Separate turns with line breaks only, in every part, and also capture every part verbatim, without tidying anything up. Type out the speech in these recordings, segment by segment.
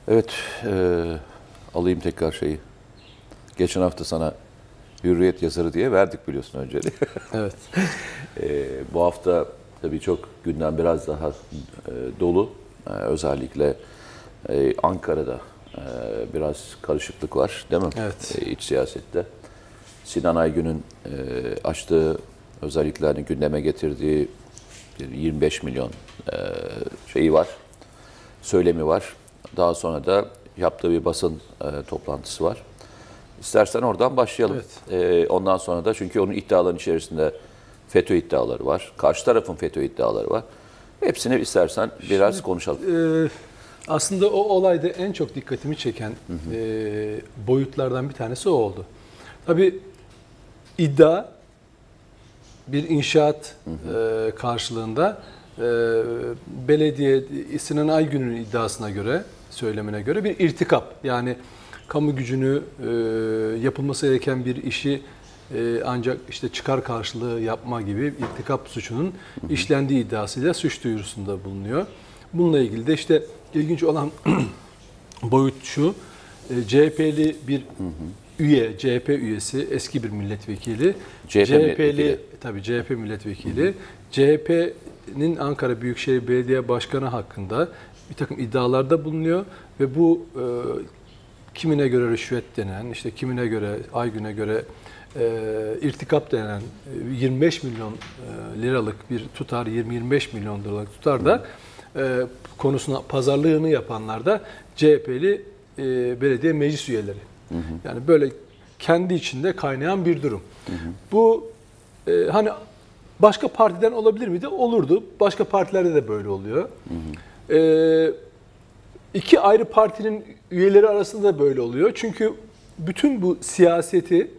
Evet, e, alayım tekrar şeyi. Geçen hafta sana Hürriyet yazarı diye verdik biliyorsun önceliği.
Evet.
e, bu hafta tabii çok gündem biraz daha e, dolu. E, özellikle e, Ankara'da e, biraz karışıklık var, değil mi?
Evet.
E, iç siyasette. Sinan Aygün'ün e, açtığı, özellikle hani gündeme getirdiği yirmi beş milyon e, şeyi var, söylemi var. Daha sonra da yaptığı bir basın e, toplantısı var. İstersen oradan başlayalım.
Evet.
E, ondan sonra da çünkü onun iddiaların içerisinde FETÖ iddiaları var. Karşı tarafın FETÖ iddiaları var. Hepsini istersen biraz
Şimdi,
konuşalım.
E, aslında o olayda en çok dikkatimi çeken hı hı. E, boyutlardan bir tanesi o oldu. Tabii iddia bir inşaat hı hı. E, karşılığında e, belediye Sinan Aygün'ün iddiasına göre, söylemine göre bir irtikap. Yani kamu gücünü e, yapılması gereken bir işi e, ancak işte çıkar karşılığı yapma gibi irtikap suçunun hı hı. işlendiği iddiasıyla suç duyurusunda bulunuyor. Bununla ilgili de işte ilginç olan boyut şu, e, C H P'li bir hı hı. üye, C H P üyesi, eski bir milletvekili,
C H P
C H P'li
milletvekili.
tabii C H P milletvekili, hı hı. C H P'nin Ankara Büyükşehir Belediye Başkanı hakkında bir takım iddialarda bulunuyor ve bu e, kimine göre rüşvet denen, işte kimine göre, Aygün'e göre e, irtikap denen e, yirmi beş milyon e, liralık bir tutar, yirmi yirmi beş milyon liralık tutar da e, konusuna pazarlığını yapanlar da C H P'li e, belediye meclis üyeleri. Hı hı. Yani böyle kendi içinde kaynayan bir durum. Hı hı. Bu e, hani başka partiden olabilir miydi? Olurdu. Başka partilerde de böyle oluyor. Hı hı. E, iki ayrı partinin üyeleri arasında da böyle oluyor. Çünkü bütün bu siyaseti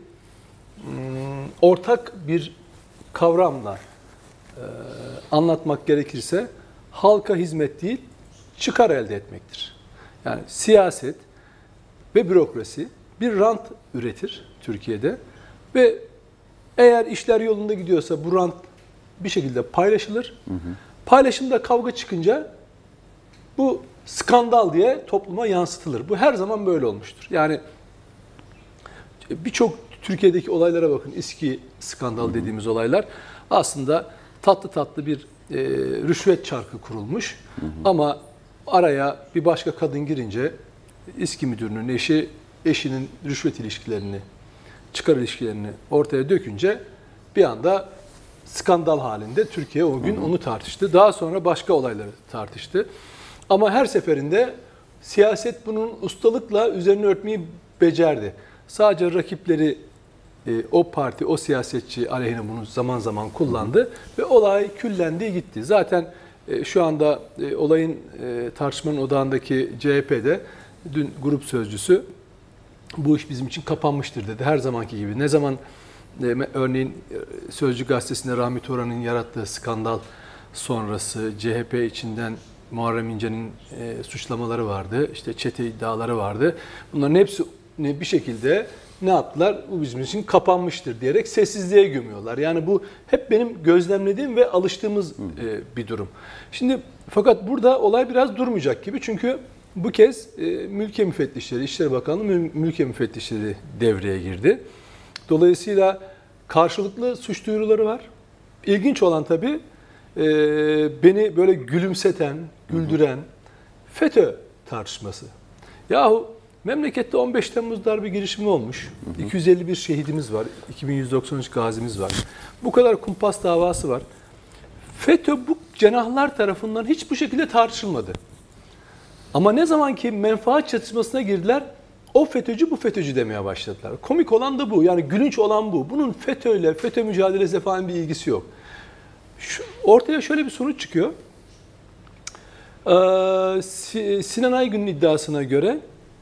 ortak bir kavramla e, anlatmak gerekirse halka hizmet değil, çıkar elde etmektir. Yani siyaset ve bürokrasi bir rant üretir Türkiye'de ve eğer işler yolunda gidiyorsa bu rant bir şekilde paylaşılır. Hı hı. Paylaşımda kavga çıkınca bu skandal diye topluma yansıtılır. Bu her zaman böyle olmuştur. Yani birçok Türkiye'deki olaylara bakın, İSKİ skandal hı hı. dediğimiz olaylar aslında tatlı tatlı bir e, rüşvet çarkı kurulmuş. Hı hı. Ama araya bir başka kadın girince İSKİ müdürünün eşi eşinin rüşvet ilişkilerini, çıkar ilişkilerini ortaya dökünce bir anda skandal halinde Türkiye o gün hı hı. onu tartıştı. Daha sonra başka olayları tartıştı. Ama her seferinde siyaset bunun ustalıkla üzerine örtmeyi becerdi. Sadece rakipleri e, o parti, o siyasetçi aleyhine bunu zaman zaman kullandı hı hı. ve olay küllendi gitti. Zaten e, şu anda e, olayın e, tartışmanın odağındaki C H P'de dün grup sözcüsü bu iş bizim için kapanmıştır dedi. Her zamanki gibi. Ne zaman e, örneğin e, Sözcü gazetesinde Rahmi Toran'ın yarattığı skandal sonrası C H P içinden Muharrem İnce'nin e, suçlamaları vardı. İşte çete iddiaları vardı. Bunların hepsi bir şekilde ne yaptılar? Bu bizim için kapanmıştır diyerek sessizliğe gömüyorlar. Yani bu hep benim gözlemlediğim ve alıştığımız e, bir durum. Şimdi fakat burada olay biraz durmayacak gibi. Çünkü bu kez e, Mülkiye Müfettişleri, İçişleri Bakanlığı Mülkiye Müfettişleri devreye girdi. Dolayısıyla karşılıklı suç duyuruları var. İlginç olan tabii e, beni böyle gülümseten, güldüren FETÖ tartışması. Yahu memlekette on beş Temmuz darbe girişimi olmuş. Hı hı. iki yüz elli bir şehidimiz var. iki bin yüz doksan üç gazimiz var. Bu kadar kumpas davası var. FETÖ bu cenahlar tarafından hiç bu şekilde tartışılmadı. Ama ne zaman ki menfaat çatışmasına girdiler, o FETÖ'cü bu FETÖ'cü demeye başladılar. Komik olan da bu. Yani gülünç olan bu. Bunun FETÖ'yle, FETÖ mücadelesi falan bir ilgisi yok. Şu, ortaya şöyle bir sonuç çıkıyor. Ee, Sinan Aygün'ün iddiasına göre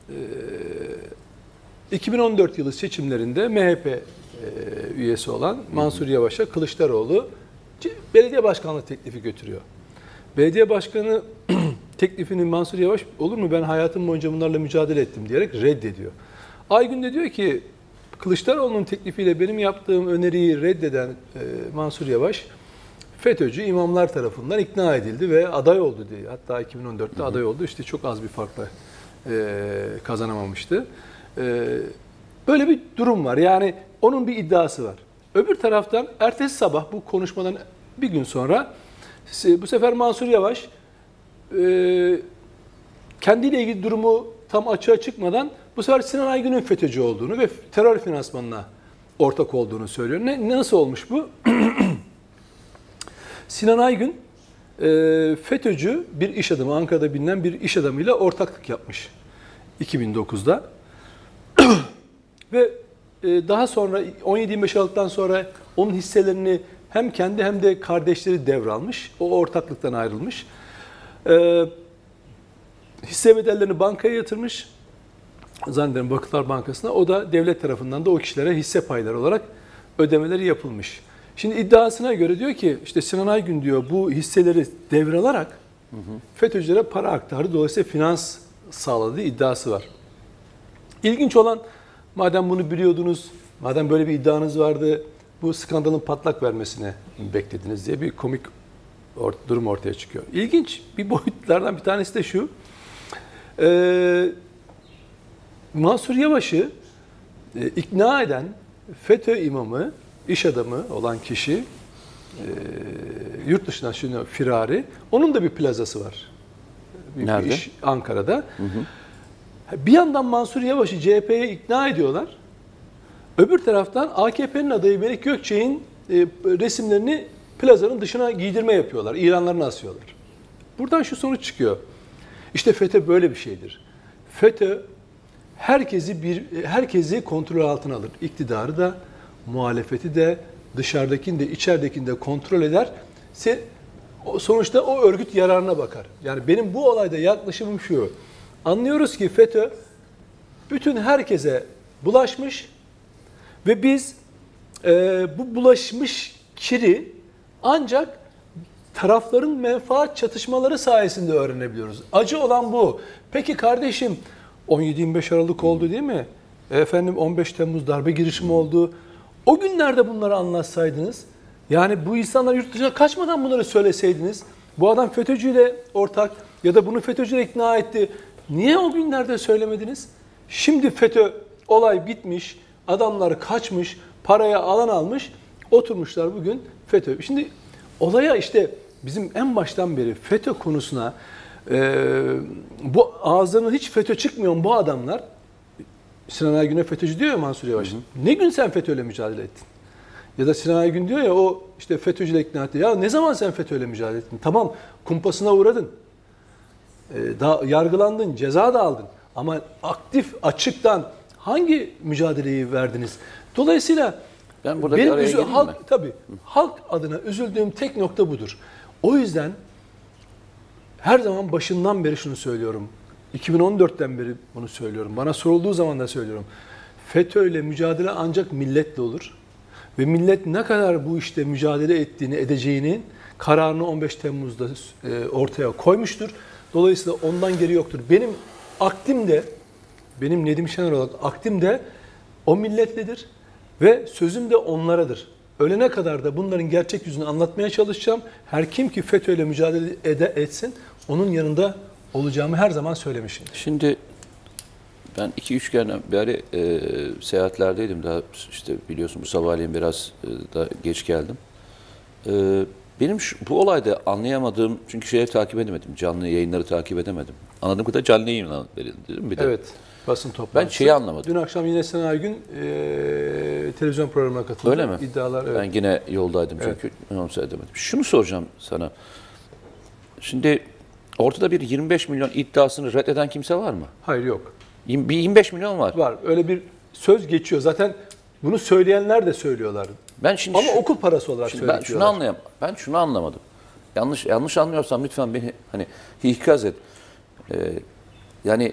iki bin on dört yılı seçimlerinde M H P üyesi olan Mansur Yavaş'a Kılıçdaroğlu belediye başkanlığı teklifi götürüyor. Belediye başkanı teklifini Mansur Yavaş olur mu ben hayatım boyunca bunlarla mücadele ettim diyerek reddediyor. Aygün de diyor ki Kılıçdaroğlu'nun teklifiyle benim yaptığım öneriyi reddeden Mansur Yavaş FETÖ'cü imamlar tarafından ikna edildi ve aday oldu diye. Hatta iki bin on dörtte hı hı. aday oldu. İşte çok az bir farkla e, kazanamamıştı. E, böyle bir durum var. Yani onun bir iddiası var. Öbür taraftan ertesi sabah bu konuşmadan bir gün sonra bu sefer Mansur Yavaş e, kendiyle ilgili durumu tam açığa çıkmadan bu sefer Sinan Aygün'ün FETÖ'cü olduğunu ve terör finansmanına ortak olduğunu söylüyor. Ne, nasıl olmuş bu? Sinan Aygün e, FETÖ'cü bir iş adamı, Ankara'da bilinen bir iş adamıyla ortaklık yapmış iki bin dokuzda. Ve e, daha sonra on yedi yirmi beş Aralık'tan sonra onun hisselerini hem kendi hem de kardeşleri devralmış. O ortaklıktan ayrılmış. E, hisse bedellerini bankaya yatırmış. Zannederim Vakıflar Bankası'na. O da devlet tarafından da o kişilere hisse payları olarak ödemeleri yapılmış. Şimdi iddiasına göre diyor ki işte Sinan Aygün diyor bu hisseleri devralarak hı hı. FETÖ'cülere para aktardı. Dolayısıyla finans sağladığı iddiası var. İlginç olan madem bunu biliyordunuz, madem böyle bir iddianız vardı bu skandalın patlak vermesini beklediniz diye bir komik or- durum ortaya çıkıyor. İlginç bir boyutlardan bir tanesi de şu. Ee, Mansur Yavaş'ı e, ikna eden FETÖ imamı, iş adamı olan kişi, e, yurt dışından şimdi firari, onun da bir plazası var. Bir,
Nerede?
Bir iş, Ankara'da. Hı hı. Bir yandan Mansur Yavaş'ı C H P'ye ikna ediyorlar. Öbür taraftan A K P'nin adayı Melik Gökçek'in e, resimlerini plazanın dışına giydirme yapıyorlar. İlanlarını asıyorlar. Buradan şu sonuç çıkıyor. İşte FETÖ böyle bir şeydir. FETÖ herkesi bir herkesi kontrol altına alır. İktidarı da, muhalefeti de, dışarıdakini de, içeridekini de kontrol eder. Se, sonuçta o örgüt yararına bakar. Yani benim bu olayda yaklaşımım şu. Anlıyoruz ki FETÖ bütün herkese bulaşmış ve biz e, bu bulaşmış kiri ancak tarafların menfaat çatışmaları sayesinde öğrenebiliyoruz. Acı olan bu. Peki kardeşim on yedi yirmi beş Aralık oldu değil mi? Efendim on beş Temmuz darbe girişimi oldu. O günlerde bunları anlatsaydınız, yani bu insanlar yurt dışına kaçmadan bunları söyleseydiniz, bu adam FETÖ'cüyle ortak ya da bunu FETÖ'cüyle ikna etti. Niye o günlerde söylemediniz? Şimdi FETÖ olay bitmiş, adamlar kaçmış, paraya alan almış, oturmuşlar bugün FETÖ. Şimdi olaya işte bizim en baştan beri FETÖ konusuna e, bu ağızlarına hiç FETÖ çıkmıyor bu adamlar. Sinan Aygün'e FETÖ'cü diyor ya Mansur Yavaş. Hı hı. Ne gün sen FETÖ'yle mücadele ettin? Ya da Sinan Aygün diyor ya o işte FETÖ'cüyle ikna etti. Ya ne zaman sen FETÖ'yle mücadele ettin? Tamam kumpasına uğradın. E, da, yargılandın, ceza da aldın. Ama aktif, açıktan hangi mücadeleyi verdiniz? Dolayısıyla
ben burada
benim
bir araya
üzü,
gireyim
halk
mi?
tabii halk adına üzüldüğüm tek nokta budur. O yüzden her zaman başından beri şunu söylüyorum. iki bin on dörtten beri bunu söylüyorum. Bana sorulduğu zaman da söylüyorum. FETÖ ile mücadele ancak milletle olur. Ve millet ne kadar bu işte mücadele ettiğini, edeceğini kararını on beş Temmuz'da ortaya koymuştur. Dolayısıyla ondan geri yoktur. Benim akdim de, benim Nedim Şener olarak akdim de o milletledir ve sözüm de onlaradır. Ölene kadar da bunların gerçek yüzünü anlatmaya çalışacağım. Her kim ki FETÖ ile mücadele ede, etsin, onun yanında olacağımı her zaman söylemişim.
Şimdi ben iki üç kere bir ara e, seyahatlerdeydim. Daha işte biliyorsun bu sabahleyin biraz e, da geç geldim. E, benim şu, bu olayda anlayamadığım, çünkü şeyi takip edemedim, canlı yayınları takip edemedim. Anladığım kadarıyla canlı yayın verildi değil mi? Bir de.
Evet, basın toplantısı.
Ben şeyi anlamadım.
Dün akşam yine Sinan Aygün e, televizyon programına katıldı.
Öyle mi?
İddialar, evet.
Ben yine yoldaydım çünkü evet. Onu seyredemedim. Şunu soracağım sana. Şimdi ortada bir yirmi beş milyon iddiasını reddeden kimse var mı?
Hayır, yok.
Bir yirmi beş milyon var.
Var. Öyle bir söz geçiyor. Zaten bunu söyleyenler de söylüyorlar.
Ben şimdi
Ama
şu,
okul parası olarak
şimdi ben şunu anlayam. Ben şunu anlamadım. Yanlış yanlış anlıyorsam lütfen beni hani ikaz et. Ee, yani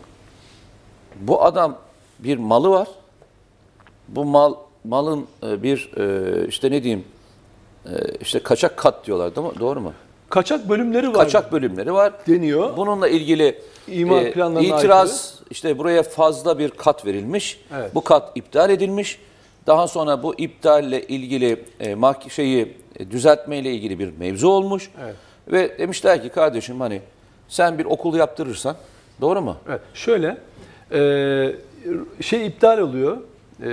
bu adam bir malı var. Bu mal malın bir işte ne diyeyim işte kaçak kat diyorlar değil mi? Doğru mu?
Kaçak bölümleri var.
Kaçak bölümleri var
deniyor.
Bununla ilgili
İmar
e, itiraz aykırı. İşte buraya fazla bir kat verilmiş. Evet. Bu kat iptal edilmiş. Daha sonra bu iptalle ilgili e, mah- şeyi e, düzeltmeyle ilgili bir mevzu olmuş. Evet. Ve demişler ki kardeşim hani sen bir okul yaptırırsan Doğru mu?
Evet. Şöyle e, şey iptal oluyor. E,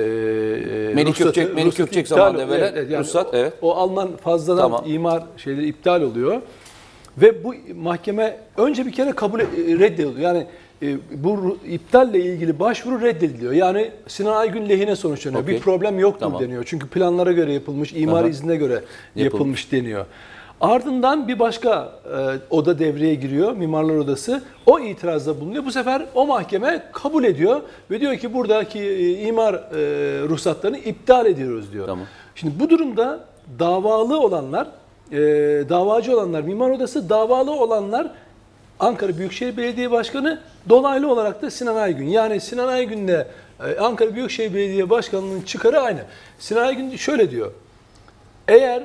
Melik Gökçek, Melik Gökçek zamanında evvela
evet, evet, yani
ruhsat,
o,
evet.
o alınan fazladan
Tamam.
imar şeyleri iptal oluyor. Ve bu mahkeme önce bir kere kabul reddediliyor. Yani e, bu iptalle ilgili başvuru reddediliyor. Yani Sinan Aygün lehine sonuçlanıyor.
Okay.
Bir problem yoktur
Tamam.
deniyor. Çünkü planlara göre yapılmış, imar
Aha.
iznine göre yapılmış,
Yapılmış.
deniyor. Ardından bir başka e, oda devreye giriyor, Mimarlar Odası. O itirazda bulunuyor. Bu sefer o mahkeme kabul ediyor ve diyor ki buradaki e, imar e, ruhsatlarını iptal ediyoruz diyor.
Tamam.
Şimdi bu durumda davalı olanlar, e, davacı olanlar, Mimar Odası, davalı olanlar Ankara Büyükşehir Belediye Başkanı, dolaylı olarak da Sinan Aygün. Yani Sinan Aygün'le e, Ankara Büyükşehir Belediye Başkanı'nın çıkarı aynı. Sinan Aygün şöyle diyor: eğer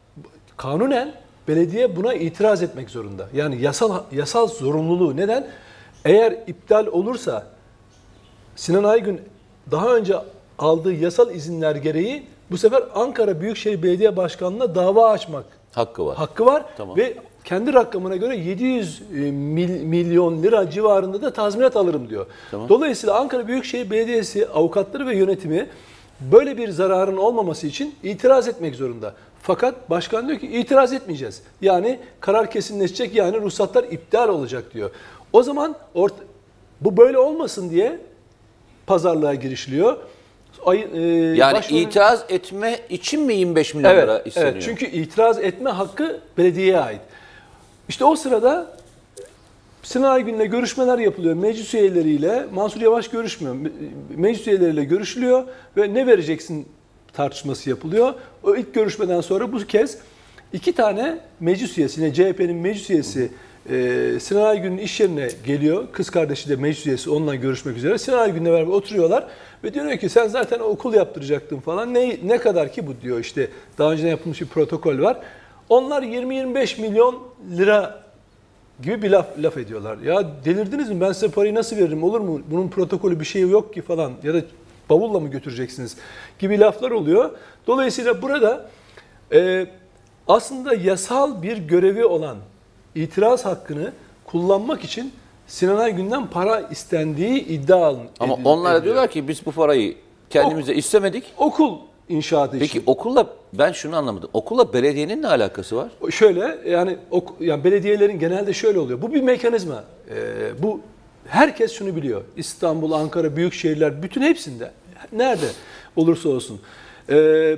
kanunen belediye buna itiraz etmek zorunda. Yani yasal yasal zorunluluğu. Neden? Eğer iptal olursa Sinan Aygün daha önce aldığı yasal izinler gereği bu sefer Ankara Büyükşehir Belediye Başkanlığı'na dava açmak
Hakkı var.
hakkı var.
Tamam.
Ve kendi rakamına göre yedi yüz mil, milyon lira civarında da tazminat alırım diyor.
Tamam.
Dolayısıyla Ankara Büyükşehir Belediyesi avukatları ve yönetimi böyle bir zararın olmaması için itiraz etmek zorunda. Fakat başkan diyor ki itiraz etmeyeceğiz. Yani karar kesinleşecek, yani ruhsatlar iptal olacak diyor. O zaman orta, bu böyle olmasın diye pazarlığa girişiliyor. Ay, e,
Yani
başvurun...
itiraz etme için mi yirmi beş milyon
evet,
lira isteniyor?
Evet, çünkü itiraz etme hakkı belediyeye ait. İşte o sırada Sinan Aygün'le görüşmeler yapılıyor. Meclis üyeleriyle, Mansur Yavaş görüşmüyor. Meclis üyeleriyle görüşülüyor ve ne vereceksin tartışması yapılıyor. O ilk görüşmeden sonra bu kez iki tane meclis üyesi, yine C H P'nin meclis üyesi e, Sinan Aygün'ün iş yerine geliyor. Kız kardeşi de meclis üyesi, onunla görüşmek üzere. Sinan Aygün'le beraber oturuyorlar ve diyor ki sen zaten okul yaptıracaktın falan. Ne, ne kadar ki bu diyor, işte daha önceden yapılmış bir protokol var. Onlar yirmi yirmi beş milyon lira gibi bir laf, laf ediyorlar. Ya delirdiniz mi? Ben size parayı nasıl veririm? Olur mu? Bunun protokolü bir şey yok ki falan. Ya da bavulla mı götüreceksiniz? Gibi laflar oluyor. Dolayısıyla burada e, aslında yasal bir görevi olan itiraz hakkını kullanmak için Sinan Aygün'den para istendiği iddia ediliyor.
Ama onlar diyorlar ki biz bu parayı kendimize ok, istemedik.
Okul inşaatı
Peki,
için.
Peki okulla, ben şunu anlamadım. Okulla belediyenin ne alakası var?
Şöyle, yani, ok, yani belediyelerin genelde şöyle oluyor. Bu bir mekanizma. Ee, bu herkes şunu biliyor. İstanbul, Ankara, büyük şehirler, bütün hepsinde, nerede olursa olsun. Ee,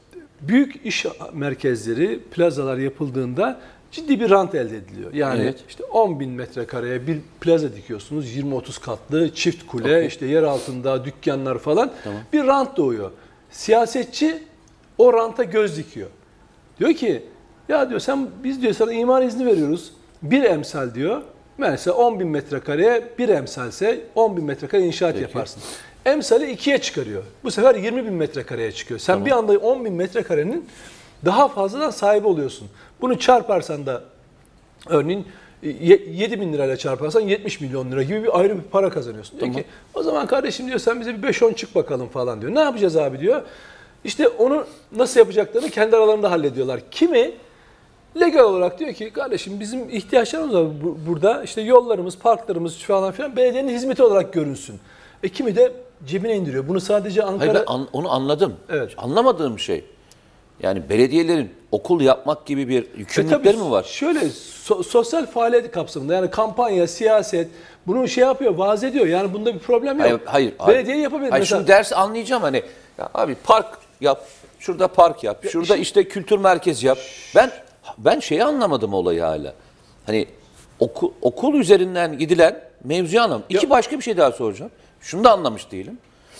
büyük iş merkezleri, plazalar yapıldığında ciddi bir rant elde ediliyor. Yani
evet.
işte on bin metrekareye bir plaza dikiyorsunuz. yirmi otuz katlı, çift kule,
okay.
işte yer altında dükkanlar falan.
Tamam.
Bir rant doğuyor. Siyasetçi o ranta göz dikiyor. Diyor ki ya diyor sen biz diyor sana imar izni veriyoruz. Bir emsal diyor. Mesela on bin metrekareye bir emsalse on bin metrekare inşaat
Peki.
yaparsın. Emsali ikiye çıkarıyor. Bu sefer yirmi bin metrekareye çıkıyor. Sen tamam. bir anda on bin metrekarenin daha fazladan sahibi oluyorsun. Bunu çarparsan da örneğin yedi bin lirayla çarparsan yetmiş milyon lira gibi bir ayrı bir para kazanıyorsun. Diyor tamam. ki o zaman kardeşim diyor sen bize bir beş on çık bakalım falan diyor. Ne yapacağız abi diyor. İşte onu nasıl yapacaklarını kendi aralarında hallediyorlar. Kimi legal olarak diyor ki kardeşim bizim ihtiyaçlarımız var burada. İşte yollarımız, parklarımız falan filan belediyenin hizmeti olarak görünsün. E kimi de cebine indiriyor. Bunu sadece Ankara...
Hayır, ben an, onu anladım.
Evet.
Anlamadığım şey, yani belediyelerin okul yapmak gibi bir yükümlülükleri
e
mi var?
Şöyle so, sosyal faaliyet kapsamında, yani kampanya, siyaset bunu şey yapıyor, vaaz ediyor. Yani bunda bir problem yok.
Hayır, hayır.
Belediye yapabilir.
Hayır,
mesela...
şimdi ders anlayacağım hani. Ya abi park yap, şurada park yap, şurada işte kültür merkezi yap. Ben ben şeyi anlamadım olayı hala. Hani okul, okul üzerinden gidilen mevzuyu anlamadım. İki başka bir şey daha soracağım. Şunu da anlamış değilim.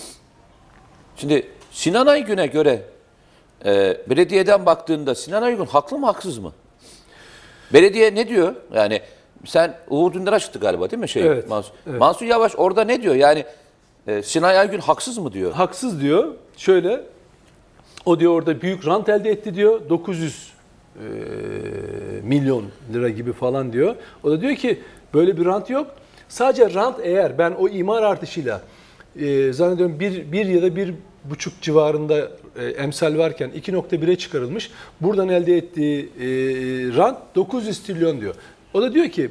Şimdi Sinan Aygün'e göre e, belediyeden baktığında Sinan Aygün haklı mı haksız mı? Belediye ne diyor? Yani sen Uğur Dündar'a çıktı galiba değil mi? Şey,
evet,
Mansur,
evet.
Mansur Yavaş orada ne diyor? Yani e, Sinan Aygün haksız mı diyor?
Haksız diyor. Şöyle, o diyor orada büyük rant elde etti diyor. dokuz yüz e, milyon lira gibi falan diyor. O da diyor ki böyle bir rant yok. Sadece rant eğer ben o imar artışıyla e, zannediyorum bir, bir ya da bir buçuk civarında e, emsal varken iki nokta bire çıkarılmış. Buradan elde ettiği e, rant dokuz yüz trilyon diyor. O da diyor ki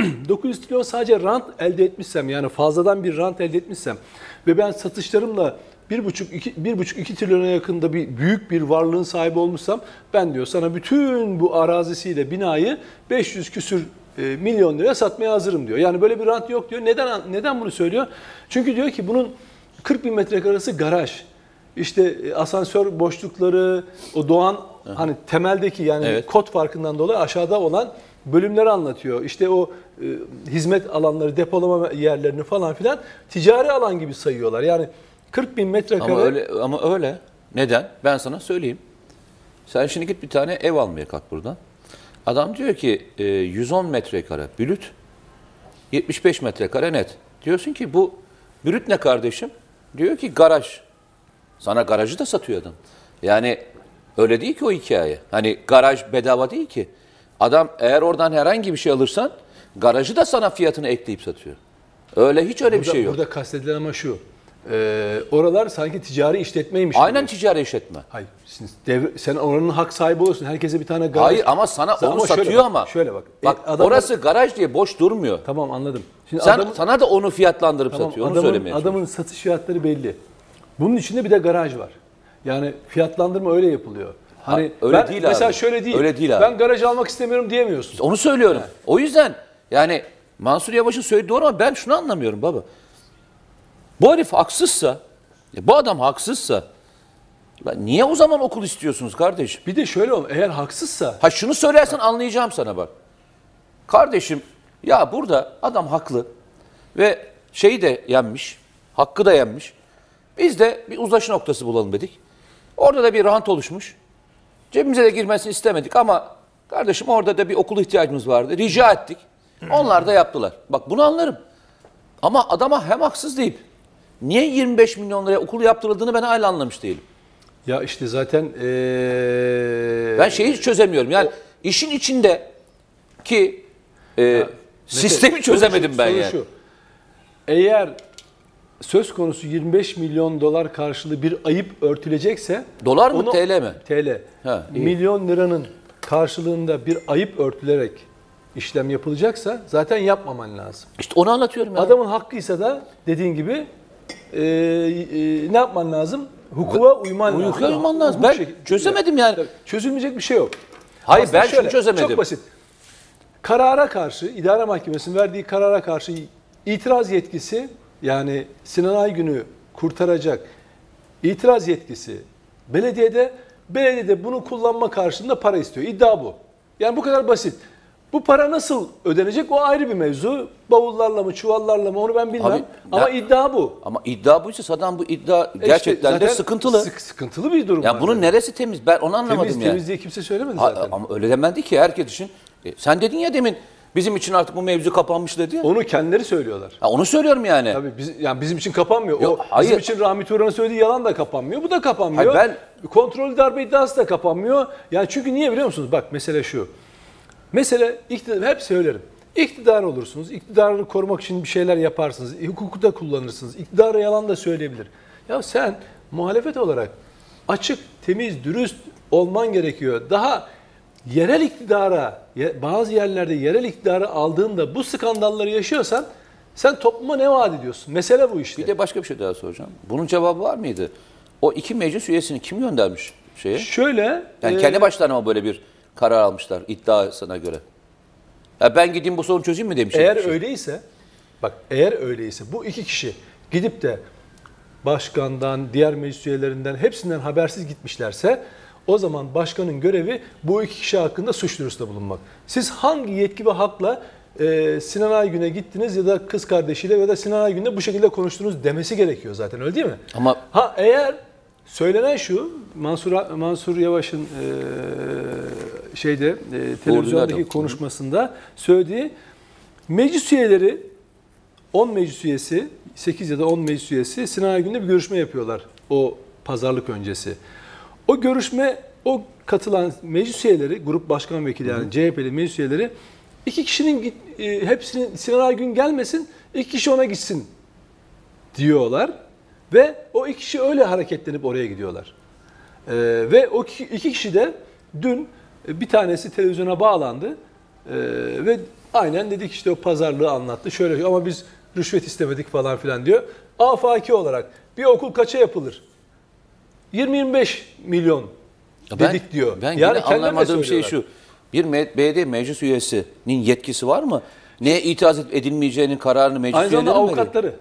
dokuz yüz trilyon sadece rant elde etmişsem, yani fazladan bir rant elde etmişsem ve ben satışlarımla bir buçuk iki trilyona yakında bir büyük bir varlığın sahibi olmuşsam, ben diyor sana bütün bu arazisiyle binayı beş yüz küsür e, milyon liraya satmaya hazırım diyor. Yani böyle bir rant yok diyor. Neden neden bunu söylüyor? Çünkü diyor ki bunun kırk bin metrekaresi garaj. İşte asansör boşlukları, o doğan Hı. hani temeldeki yani evet. kod farkından dolayı aşağıda olan bölümleri anlatıyor. İşte o e, hizmet alanları, depolama yerlerini falan filan ticari alan gibi sayıyorlar. Yani kırk bin metrekare.
Ama öyle, ama öyle. Neden? Ben sana söyleyeyim. Sen şimdi git bir tane ev almaya kalk buradan. Adam diyor ki e, yüz on metrekare brüt, yetmiş beş metrekare net. Diyorsun ki bu brüt ne kardeşim? Diyor ki garaj. Sana garajı da satıyor adam. Yani öyle değil ki o hikaye. Hani garaj bedava değil ki. Adam eğer oradan herhangi bir şey alırsan garajı da sana fiyatını ekleyip satıyor. Öyle hiç öyle
burada,
bir şey yok.
Burada kastedilen ama şu. E, oralar sanki ticari işletmeymiş.
Aynen
gibi.
ticari işletme.
Hayır. Devre, sen oranın hak sahibi olursun. Herkese bir tane garaj.
Hayır ama sana onu
ama
satıyor
şöyle bak,
ama.
Şöyle bak.
Bak
e, adamlar,
orası garaj diye boş durmuyor.
Tamam anladım. Şimdi
sen
adamın,
sana da onu fiyatlandırıp
tamam,
satıyor. Onu
adamın,
söylemeye
adamın satış fiyatları belli. Bunun içinde bir de garaj var. Yani fiyatlandırma öyle yapılıyor. Hani
ha, öyle
ben,
değil
mesela
abi.
şöyle değil.
Öyle değil abi.
Ben garaj almak istemiyorum diyemiyorsun.
Onu söylüyorum.
Yani.
O yüzden yani Mansur Yavaş'ın söylediği doğru ama ben şunu anlamıyorum baba. Bu herif haksızsa, bu adam haksızsa lan niye o zaman okul istiyorsunuz kardeşim?
Bir de şöyle ol, eğer haksızsa.
Ha şunu söylersen anlayacağım sana bak. Kardeşim ya burada adam haklı ve şeyi de yenmiş, hakkı da yenmiş. Biz de bir uzlaşı noktası bulalım dedik. Orada da bir rant oluşmuş. Cebimize de girmesini istemedik ama kardeşim orada da bir okul ihtiyacımız vardı. Rica ettik. Onlar da yaptılar. Bak bunu anlarım. Ama adama hem haksız deyip niye yirmi beş milyon liraya okul yaptırıldığını ben hala anlamış değilim.
Ya işte zaten ee...
ben şeyi hiç çözemiyorum. Yani o... işin içinde ki e, ya, sistemi mesela, çözemedim
şu,
ben yani.
Şu. Eğer söz konusu yirmi beş milyon dolar karşılığı bir ayıp örtülecekse...
Dolar mı
onu,
T L mi?
T L. Ha, milyon liranın karşılığında bir ayıp örtülerek işlem yapılacaksa zaten yapmaman lazım.
İşte onu anlatıyorum. Yani.
Adamın hakkıysa da dediğin gibi e, e, ne yapman lazım? Hukuka uyman lazım.
Hukuka uyman lazım. Ben şekilde, çözemedim yani.
Tabii, çözülmeyecek bir şey yok.
Hayır
aslında
ben
şöyle,
şunu çözemedim.
Çok basit. Karara karşı, idare mahkemesinin verdiği karara karşı itiraz yetkisi, yani Sinan Aygün'ü kurtaracak itiraz yetkisi belediyede, belediyede bunu kullanma karşılığında para istiyor. İddia bu. Yani bu kadar basit. Bu para nasıl ödenecek o ayrı bir mevzu. Bavullarla mı, çuvallarla mı onu ben bilmem. Abi, ama ya, iddia bu.
Ama iddia buysa zaten bu iddia gerçekten işte de sıkıntılı.
Sık, sıkıntılı bir durum.
Ya bunun zaten. Neresi temiz? Ben onu anlamadım
temiz,
yani.
Temiz diye kimse söylemedi zaten.
Ha, ama öyle demedi ki herkes için. E, sen dedin ya demin bizim için artık bu mevzu kapanmış dedi ya.
Onu kendileri söylüyorlar.
Ha, onu söylüyorum yani.
Tabii biz, yani bizim için kapanmıyor.
Yok,
o
hayır.
Bizim için Rahmi Turan'ın söylediği yalan da kapanmıyor. Bu da kapanmıyor.
Hayır,
ben... Kontrollü darbe iddiası da kapanmıyor. Yani çünkü niye biliyor musunuz? Bak mesele şu. Mesele iktidar, hep söylerim. İktidar olursunuz, iktidarı korumak için bir şeyler yaparsınız, hukuku da kullanırsınız, iktidara yalan da söyleyebilir. Ya sen muhalefet olarak açık, temiz, dürüst olman gerekiyor. Daha yerel iktidara, bazı yerlerde yerel iktidara aldığında bu skandalları yaşıyorsan sen topluma ne vaat ediyorsun? Mesele bu işte.
Bir de başka bir şey daha soracağım. Bunun cevabı var mıydı? O iki meclis üyesini kim göndermiş şeye?
Şöyle.
Yani
e,
kendi başlarına mı böyle bir karar almışlar iddiasına göre? Ya ben gideyim bu sorunu çözeyim mi demiş.
Eğer
şey.
öyleyse, bak eğer öyleyse bu iki kişi gidip de başkandan, diğer meclis üyelerinden hepsinden habersiz gitmişlerse o zaman başkanın görevi bu iki kişi hakkında suç duyurusunda bulunmak. Siz hangi yetki ve hakla e, Sinan Aygün'e gittiniz ya da kız kardeşiyle ya da Sinan Aygün'le bu şekilde konuştunuz demesi gerekiyor zaten, öyle değil mi?
Ama
ha eğer söylenen şu, Mansur Mansur Yavaş'ın e, şeyde e, televizyondaki konuşmasında söylediği, meclis üyeleri on meclis üyesi, sekiz ya da on meclis üyesi Sinan Aygün'le bir görüşme yapıyorlar o pazarlık öncesi. O görüşme, o katılan meclis üyeleri, grup başkan vekili yani hı hı. C H P'li meclis üyeleri, iki kişinin e, hepsinin Sinan Aygün gelmesin, iki kişi ona gitsin diyorlar. Ve o iki kişi öyle hareketlenip oraya gidiyorlar. Ee, ve o iki kişi de dün bir tanesi televizyona bağlandı ee, ve Aynen dedik işte o pazarlığı anlattı. Şöyle ama biz rüşvet istemedik falan filan diyor. Afaki olarak bir okul kaça yapılır? yirmi yirmi beş milyon dedik
ben,
diyor.
Ben
yani
yine anlamadığım şey şu. Bir belediye meclis üyesinin yetkisi var mı? Neye itiraz edilmeyeceğinin kararını meclis
Aynı
üyeleri mi
zamanda
veriyor?
avukatları.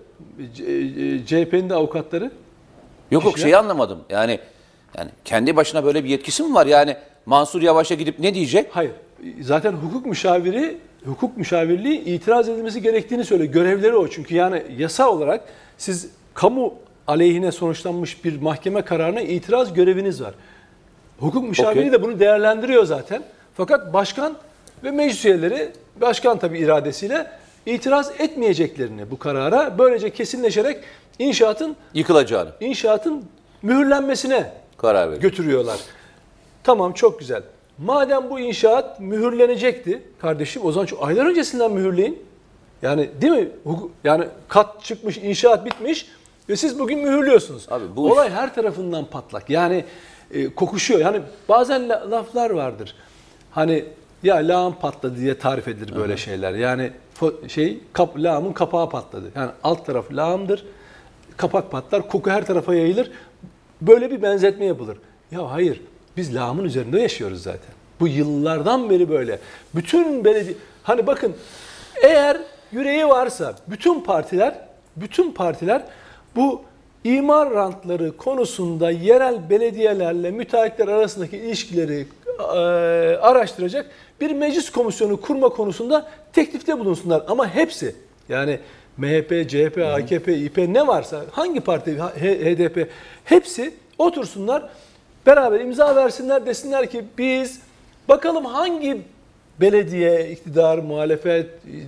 C H P'nin de avukatları.
Yok yok
kişiler-
şeyi anlamadım. Yani yani kendi başına böyle bir yetkisi mi var? Yani Mansur Yavaş'a gidip ne diyecek?
Hayır. Zaten hukuk müşaviri, hukuk müşavirliği itiraz edilmesi gerektiğini söylüyor. Görevleri o. Çünkü yani yasa olarak siz kamu aleyhine sonuçlanmış bir mahkeme kararına itiraz göreviniz var. Hukuk müşaviri
Okey.
de bunu değerlendiriyor zaten. Fakat başkan ve meclis üyeleri, başkan tabii iradesiyle itiraz etmeyeceklerini bu karara böylece kesinleşerek inşaatın
Yıkılacağını
inşaatın mühürlenmesine
karar veriyor.
götürüyorlar. Tamam çok güzel. Madem bu inşaat mühürlenecekti kardeşim o zaman şu aylar öncesinden mühürleyin. Yani değil mi? Hukuk- Yani kat çıkmış, inşaat bitmiş ve siz bugün mühürlüyorsunuz.
Abi bu
Olay her tarafından patlak. Yani e, kokuşuyor. Yani bazen la- laflar vardır. Hani ya lağım patladı diye tarif edilir böyle şeyler. Yani fo- şey kap, lağımın kapağı patladı. Yani alt taraf lağımdır. Kapak patlar, koku her tarafa yayılır. Böyle bir benzetme yapılır. Ya hayır, biz lağımın üzerinde yaşıyoruz zaten. Bu yıllardan beri böyle. Bütün belediye, hani bakın eğer yüreği varsa bütün partiler, bütün partiler bu imar rantları konusunda yerel belediyelerle müteahhitler arasındaki ilişkileri e, araştıracak bir meclis komisyonu kurma konusunda teklifte bulunsunlar. Ama hepsi yani M H P, C H P, A K P, İ P ne varsa hangi parti, H D P hepsi otursunlar beraber imza versinler desinler ki biz bakalım hangi belediye, iktidar, muhalefet,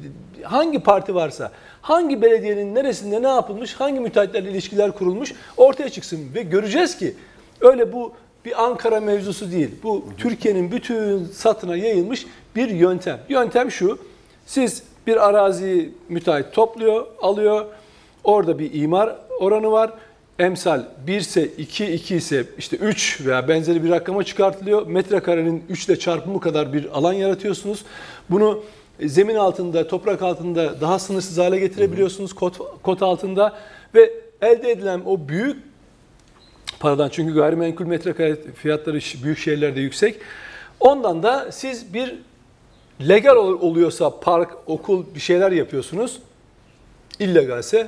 hangi parti varsa hangi belediyenin neresinde ne yapılmış, hangi müteahhitlerle ilişkiler kurulmuş ortaya çıksın ve göreceğiz ki öyle bu bir Ankara mevzusu değil. Bu Türkiye'nin bütün satına yayılmış bir yöntem. Yöntem şu, siz bir araziyi müteahhit topluyor, alıyor. Orada bir imar oranı var. Emsal bir ise iki, iki ise işte üç veya benzeri bir rakama çıkartılıyor. Metrekarenin üç ile çarpımı kadar bir alan yaratıyorsunuz. Bunu zemin altında, toprak altında daha sınırsız hale getirebiliyorsunuz kod, kod altında. Ve elde edilen o büyük paradan, çünkü gayrimenkul metrekare fiyatları büyük şehirlerde yüksek. Ondan da siz bir legal oluyorsa park, okul bir şeyler yapıyorsunuz. İllegalse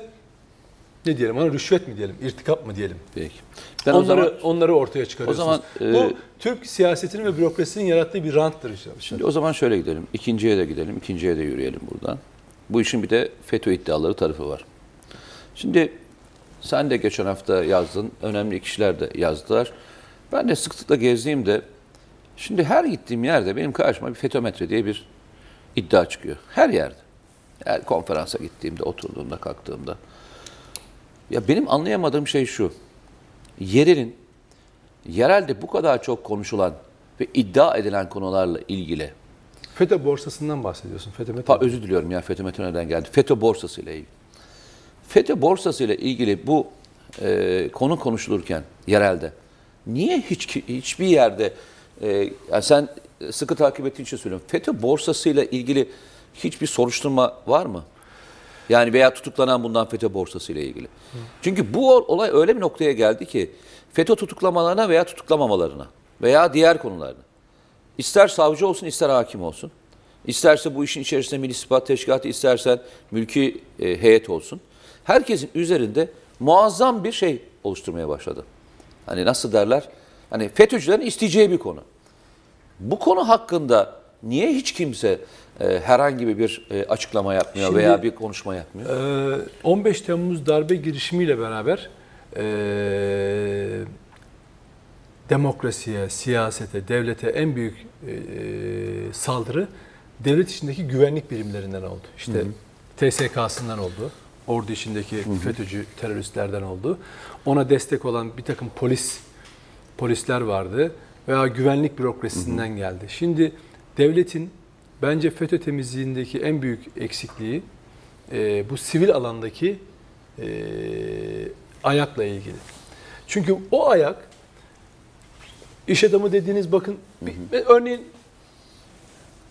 ne diyelim ona, rüşvet mi diyelim, irtikap mı diyelim?
Peki. Ben
onları,
o zaman,
onları ortaya çıkarıyorsunuz.
o zaman,
Bu
e,
Türk siyasetinin ve bürokrasinin yarattığı bir ranttır işte.
Şimdi o zaman şöyle gidelim. İkinciye de gidelim. İkinciye de yürüyelim buradan. Bu işin bir de FETÖ iddiaları tarafı var. Şimdi sen de geçen hafta yazdın. Önemli kişiler de yazdılar. Ben de sıklıkla gezdiğimde şimdi her gittiğim yerde benim karşıma bir FETÖmetre diye bir iddia çıkıyor. Her yerde. Her konferansa gittiğimde, oturduğumda, kalktığımda. Ya benim anlayamadığım şey şu. Yerelin, yerelde bu kadar çok konuşulan ve iddia edilen konularla ilgili.
FETÖ borsasından bahsediyorsun. FETÖ
Pa, özür diliyorum ya, FETÖ nereden geldi? FETÖ borsası ile ilgili. FETÖ borsası ile ilgili bu e, konu konuşulurken yerelde niye hiç hiçbir yerde e, yani sen sıkı takip ettiğin için söylüyorum. FETÖ borsası ile ilgili hiçbir soruşturma var mı? Yani veya tutuklanan bundan FETÖ borsası ile ilgili. Hı. Çünkü bu olay öyle bir noktaya geldi ki FETÖ tutuklamalarına veya tutuklamamalarına veya diğer konularına ister savcı olsun ister hakim olsun, isterse bu işin içerisinde Milli İstihbarat Teşkilatı, istersen mülki e, heyet olsun, herkesin üzerinde muazzam bir şey oluşturmaya başladı. Hani nasıl derler? Hani FETÖ'cülerin isteyeceği bir konu. Bu konu hakkında niye hiç kimse e, herhangi bir e, açıklama yapmıyor
Şimdi,
veya bir konuşma yapmıyor?
E, on beş Temmuz darbe girişimiyle beraber e, demokrasiye, siyasete, devlete en büyük e, saldırı devlet içindeki güvenlik birimlerinden oldu. İşte hı hı. T S K'sından oldu. Ordu içindeki hı hı. FETÖ'cü teröristlerden oldu. Ona destek olan bir takım polis polisler vardı veya güvenlik bürokrasisinden hı hı. geldi. Şimdi devletin bence FETÖ temizliğindeki en büyük eksikliği e, bu sivil alandaki e, ayakla ilgili. Çünkü o ayak iş adamı dediğiniz bakın hı hı. örneğin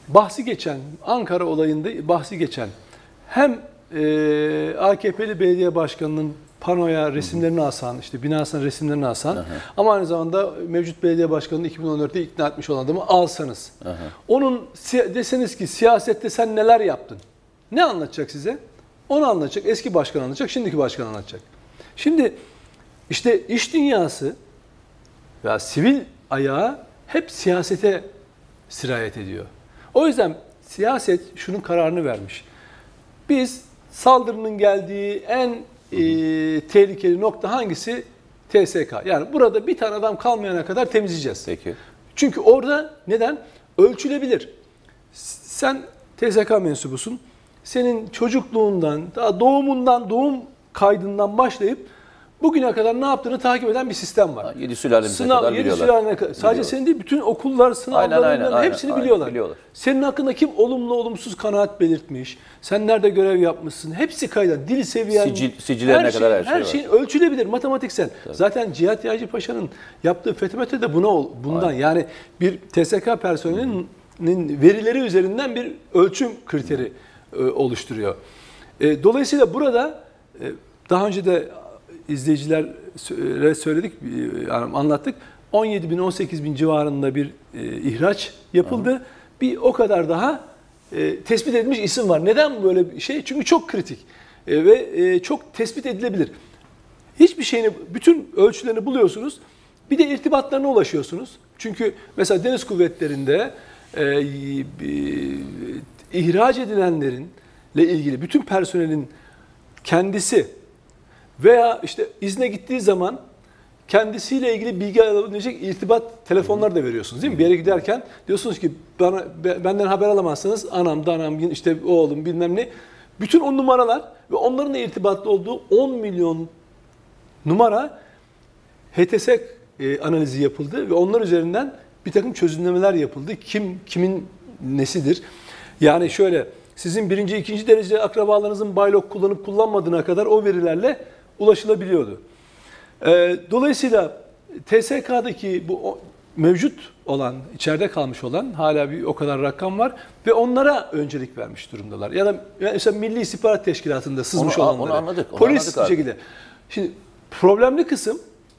bahsi geçen, Ankara olayında bahsi geçen hem e, A K P'li belediye başkanının panoya resimlerini asan, işte binasına resimlerini asan, aha, ama aynı zamanda mevcut belediye başkanını iki bin on dörtte ikna etmiş olan adamı alsanız, aha, onun deseniz ki siyasette sen neler yaptın? Ne anlatacak size? Onu anlatacak, eski başkan anlatacak, şimdiki başkan anlatacak. Şimdi işte iş dünyası veya sivil ayağı hep siyasete sirayet ediyor. O yüzden siyaset şunun kararını vermiş. Biz saldırının geldiği en e, tehlikeli nokta hangisi? T S K. Yani burada bir tane adam kalmayana kadar temizleyeceğiz.
Peki.
Çünkü orada neden? Ölçülebilir. Sen T S K mensubusun. Senin çocukluğundan, daha doğumundan, doğum kaydından başlayıp bugüne kadar ne yaptığını takip eden bir sistem var.
yedi sülalemize
Sınav,
kadar
yedi
biliyorlar.
sülalene kadar. Sadece
Biliyorlar.
senin değil, bütün okullar, sınavlarından hepsini
aynen,
biliyorlar.
biliyorlar.
Senin hakkında kim olumlu olumsuz kanaat belirtmiş, sen nerede görev yapmışsın, hepsi kayda. Dil seviyen,
Sicil, sicillerine
her
kadar her şey
her
var.
şey ölçülebilir, matematiksel.
Tabii.
Zaten Cihat Yaycı Paşa'nın yaptığı F E T M'de de buna bundan. Aynen. Yani bir T S K personelinin verileri üzerinden bir ölçüm kriteri e, oluşturuyor. E, dolayısıyla burada e, daha önce de izleyicilere söyledik, yani anlattık. on yedi bin on sekiz bin civarında bir e, ihraç yapıldı. Hı. Bir o kadar daha e, tespit edilmiş isim var. Neden böyle bir şey? Çünkü çok kritik e, ve e, çok tespit edilebilir. Hiçbir şeyini, bütün ölçülerini buluyorsunuz. Bir de irtibatlarına ulaşıyorsunuz. Çünkü mesela deniz kuvvetlerinde e, e, ihraç edilenlerin ile ilgili bütün personelin kendisi veya işte izne gittiği zaman kendisiyle ilgili bilgi alabilecek irtibat telefonlar da veriyorsunuz değil mi? Bir yere giderken diyorsunuz ki bana, benden haber alamazsanız anam, danam, işte oğlum bilmem ne. Bütün o numaralar ve onların da irtibatlı olduğu on milyon numara H T S e, analizi yapıldı ve onlar üzerinden bir takım çözümlemeler yapıldı. Kim kimin nesidir? Yani şöyle, sizin birinci, ikinci derece akrabalarınızın baylok kullanıp kullanmadığına kadar o verilerle ulaşılabiliyordu. Ee, dolayısıyla T S K'daki bu mevcut olan, içeride kalmış olan hala bir o kadar rakam var ve onlara öncelik vermiş durumdalar. Ya da mesela Milli İstihbarat Teşkilatı'nda sızmış
onu,
olanlara.
Onu anladık. Onu
Polis
anladık
bir şekilde. Şimdi problemli kısım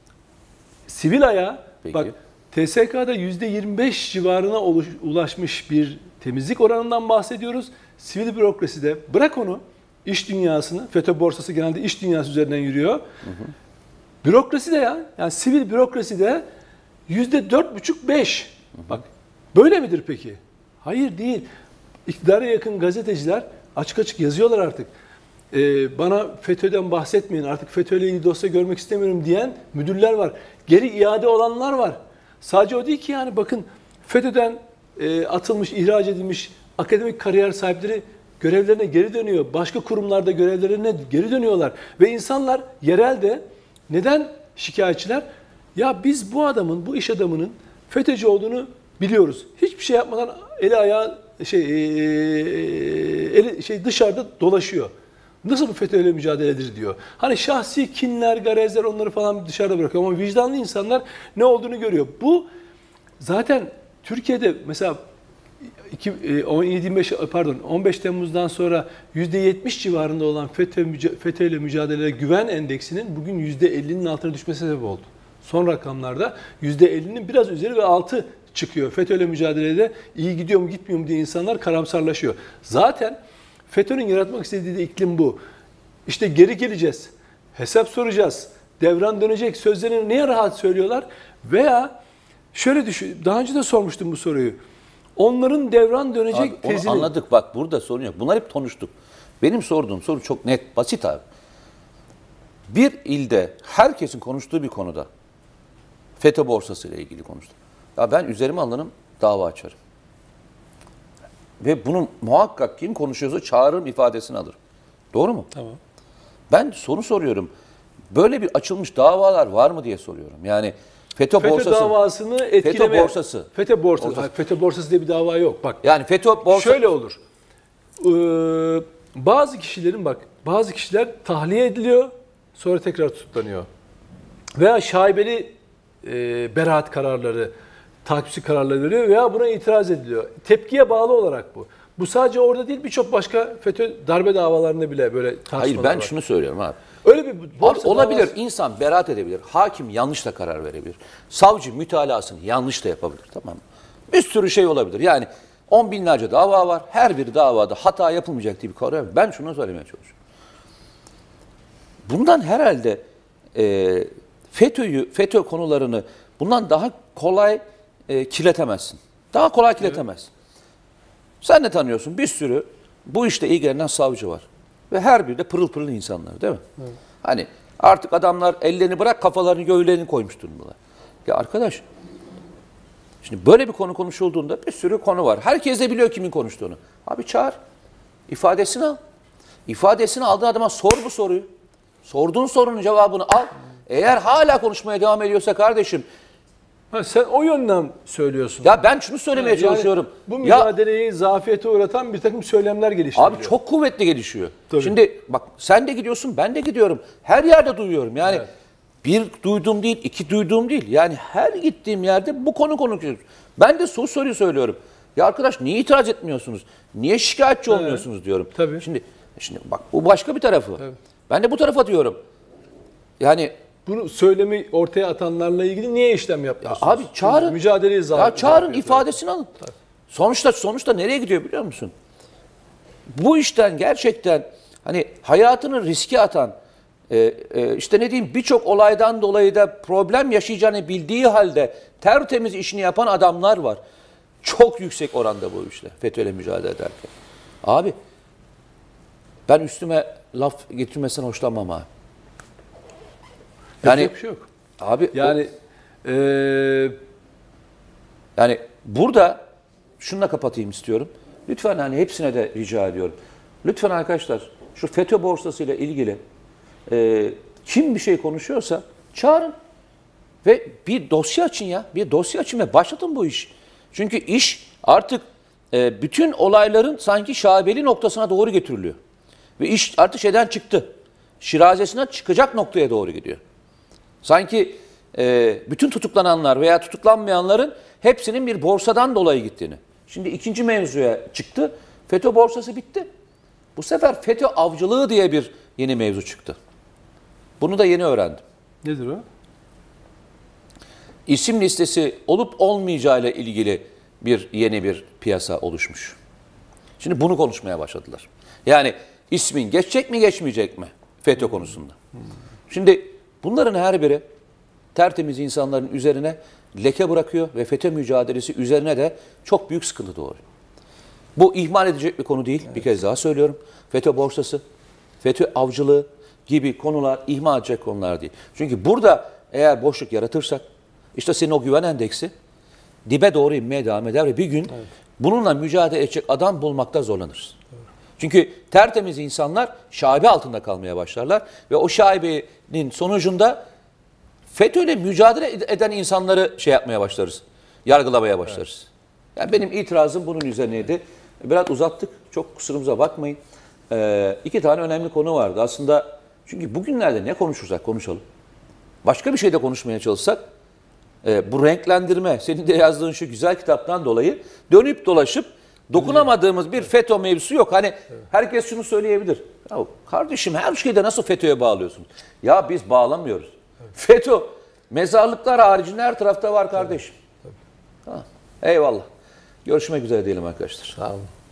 sivil ayağı.
Peki.
Bak T S K'da yüzde yirmi beş civarına ulaşmış bir temizlik oranından bahsediyoruz. Sivil bürokraside bırak onu, iş dünyasını, FETÖ borsası genelde iş dünyası üzerinden yürüyor. Hı hı. Bürokrasi de ya, yani sivil bürokrasi de yüzde dört buçuk beş. Bak böyle midir peki? Hayır değil. İktidara yakın gazeteciler açık açık yazıyorlar artık. Ee, bana FETÖ'den bahsetmeyin, artık FETÖ ile ilgili dosya görmek istemiyorum diyen müdürler var. Geri iade olanlar var. Sadece o değil ki, yani bakın FETÖ'den e, atılmış, ihraç edilmiş akademik kariyer sahipleri görevlerine geri dönüyor. Başka kurumlarda görevlerine geri dönüyorlar. Ve insanlar yerelde neden şikayetçiler? Ya biz bu adamın, bu iş adamının FETÖ'cü olduğunu biliyoruz. Hiçbir şey yapmadan eli ayağı şey, e, eli şey dışarıda dolaşıyor. Nasıl bu FETÖ'yle mücadeledir diyor. Hani şahsi kinler, garezler onları falan dışarıda bırakıyor ama vicdanlı insanlar ne olduğunu görüyor. Bu zaten Türkiye'de mesela on yedi yirmi beş pardon on beş Temmuz'dan sonra yüzde yetmiş civarında olan FETÖ, FETÖ ile mücadeleye güven endeksinin bugün yüzde ellinin altına düşmesine sebep oldu. Son rakamlarda yüzde ellinin biraz üzeri ve altı çıkıyor. FETÖ ile mücadelede iyi gidiyor mu gitmiyor mu diye insanlar karamsarlaşıyor. Zaten FETÖ'nün yaratmak istediği de iklim bu. İşte geri geleceğiz, hesap soracağız, devran dönecek sözlerini niye rahat söylüyorlar? Veya şöyle düşün, daha önce de sormuştum bu soruyu. Onların devran dönecek
abi,
tezini...
Onu anladık, bak burada sorun yok. Bunlar hep konuştuk. Benim sorduğum soru çok net, basit abi. Bir ilde herkesin konuştuğu bir konuda FETÖ borsası ile ilgili konuştum. Ya ben üzerime alınım, dava açarım. Ve bunu muhakkak kim konuşuyorsa çağırırım, ifadesini alırım. Doğru mu?
Tamam.
Ben soru soruyorum. Böyle bir açılmış davalar var mı diye soruyorum. Yani FETÖ,
FETÖ
borsası,
davasını etkileme.
FETÖ borsası.
FETÖ borsası.
borsası.
Hayır, FETÖ borsası diye bir dava yok. Bak.
Yani FETÖ borsası.
Şöyle olur. Ee, bazı kişilerin bak, bazı kişiler tahliye ediliyor, sonra tekrar tutuklanıyor. Veya şaibeli e, beraat kararları takipçi kararları veriyor veya buna itiraz ediliyor. Tepkiye bağlı olarak bu. Bu sadece orada değil, birçok başka FETÖ darbe davalarında bile böyle tartışmalar
Hayır ben
var.
şunu söylüyorum abi.
Öyle bir
Abi,
borsa
olabilir.
davası-
İnsan beraat edebilir. Hakim yanlış da karar verebilir. Savcı mütalasını yanlış da yapabilir. Tamam mı? Bir sürü şey olabilir. Yani on binlerce dava var. Her bir davada hata yapılmayacak diye bir karar var. Ben şunu söylemeye çalışıyorum. Bundan herhalde e, FETÖ'yü, FETÖ konularını bundan daha kolay e, kirletemezsin. Daha kolay kirletemezsin. Sen de tanıyorsun, bir sürü bu işle ilgilenen savcı var. Ve her biri de pırıl pırıl insanlar, değil mi? Evet. Hani artık adamlar ellerini bırak, kafalarını göğülerini koymuş durumdalar. Ya arkadaş, şimdi böyle bir konu konuşulduğunda bir sürü konu var. Herkes de biliyor kimin konuştuğunu. Abi çağır, ifadesini al. İfadesini aldığın adama sor bu soruyu. Sorduğun sorunun cevabını al. Eğer hala konuşmaya devam ediyorsa kardeşim,
Ha, sen o yönden söylüyorsun.
ya ben şunu söylemeye
Yani
çalışıyorum.
Bu
Ya
mücadeleyi zafiyete uğratan bir takım söylemler geliştiriliyor.
abi çok kuvvetli gelişiyor.
Tabii.
Şimdi bak sen de gidiyorsun, ben de gidiyorum. Her yerde duyuyorum. Yani
Evet.
bir duyduğum değil, iki duyduğum değil. Yani her gittiğim yerde bu konu konuşuyoruz. Ben de soru soruyu söylüyorum. Ya arkadaş niye itiraz etmiyorsunuz? Niye şikayetçi
Evet.
olmuyorsunuz diyorum.
Tabii.
Şimdi şimdi bak bu başka bir tarafı.
Evet.
Ben de bu tarafa diyorum. Yani
Bunu söylemi ortaya atanlarla ilgili niye işlem yapmıyorsunuz?
abi çağırın.
Mücadeleyi
Ya
zafiyete.
çağırın, ifadesini alın. Sonuçta sonuçta nereye gidiyor biliyor musun? Bu işten gerçekten hani hayatını riske atan, e, e, işte ne diyeyim birçok olaydan dolayı da problem yaşayacağını bildiği halde tertemiz işini yapan adamlar var. Çok yüksek oranda bu işle, FETÖ'yle mücadele ederken. Abi ben üstüme laf getirmesinden hoşlanmam abi. Yani
Yapacak bir şey yok.
abi
Yani
o-
eee
Yani burada şununla kapatayım istiyorum. Lütfen hani hepsine de rica ediyorum. Lütfen arkadaşlar şu FETÖ borsası ile ilgili e, kim bir şey konuşuyorsa çağırın ve bir dosya açın ya. Bir dosya açın ve başlatın bu iş. Çünkü iş artık e, bütün olayların sanki şaibeli noktasına doğru getiriliyor. Ve iş artık şeyden çıktı. Şirazesinden çıkacak noktaya doğru gidiyor. Sanki e, bütün tutuklananlar veya tutuklanmayanların hepsinin bir borsadan dolayı gittiğini. Şimdi ikinci mevzuya çıktı. FETÖ borsası bitti. Bu sefer FETÖ avcılığı diye bir yeni mevzu çıktı. Bunu da yeni öğrendim.
nedir o?
İsim listesi olup olmayacağıyla ilgili bir yeni bir piyasa oluşmuş. Şimdi bunu konuşmaya başladılar. Yani ismin geçecek mi geçmeyecek mi FETÖ konusunda. Şimdi bunların her biri tertemiz insanların üzerine leke bırakıyor ve FETÖ mücadelesi üzerine de çok büyük sıkıntı doğuruyor. Bu ihmal edecek bir konu değil. Evet. Bir kez daha söylüyorum. FETÖ borsası, FETÖ avcılığı gibi konular ihmal edecek konular değil. Çünkü burada eğer boşluk yaratırsak işte senin o güven endeksi dibe doğru inmeye devam eder ve bir gün evet. bununla mücadele edecek adam bulmakta zorlanırız. Evet. Çünkü tertemiz insanlar şaibe altında kalmaya başlarlar ve o şaibenin sonucunda FETÖ'yle mücadele eden insanları şey yapmaya başlarız, yargılamaya başlarız. Evet. Yani benim itirazım bunun üzerineydi. Biraz uzattık, çok kusurumuza bakmayın. Ee, iki tane önemli konu vardı. Aslında çünkü bugünlerde ne konuşursak konuşalım. Başka bir şey de konuşmaya çalışsak, e, bu renklendirme, senin de yazdığın şu güzel kitaptan dolayı dönüp dolaşıp dokunamadığımız bir FETÖ mevzusu yok. Hani herkes şunu söyleyebilir. Ya kardeşim her şeyde nasıl FETÖ'ye bağlıyorsunuz? Ya biz bağlamıyoruz. FETÖ mezarlıklar haricinde her tarafta var kardeşim. Tabii, tabii. Ha, eyvallah. Görüşmek üzere diyelim arkadaşlar.
Sağ olun.